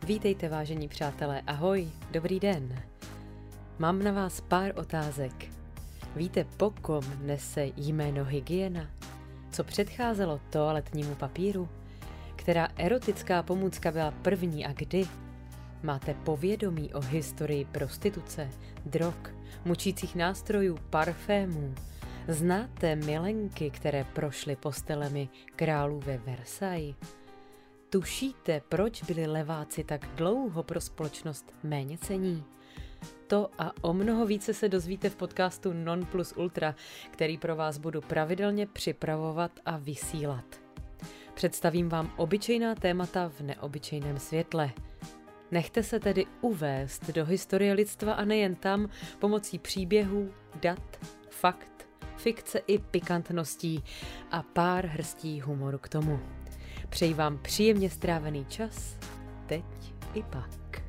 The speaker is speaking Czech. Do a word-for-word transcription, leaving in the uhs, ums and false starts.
Vítejte, vážení přátelé, ahoj, dobrý den. Mám na vás pár otázek. Víte, po kom nese jméno hygiena? Co předcházelo toaletnímu papíru? Která erotická pomůcka byla první a kdy? Máte povědomí o historii prostituce, drog, mučících nástrojů, parfémů? Znáte milenky, které prošly postelemi králů ve Versailles? Tušíte, proč byli leváci tak dlouho pro společnost méněcenní? To a o mnoho více se dozvíte v podcastu Non Plus Ultra, který pro vás budu pravidelně připravovat a vysílat. Představím vám obyčejná témata v neobyčejném světle. Nechte se tedy uvést do historie lidstva a nejen tam pomocí příběhů, dat, fakt, fikce i pikantností a pár hrstí humoru k tomu. Přeji vám příjemně strávený čas, teď i pak.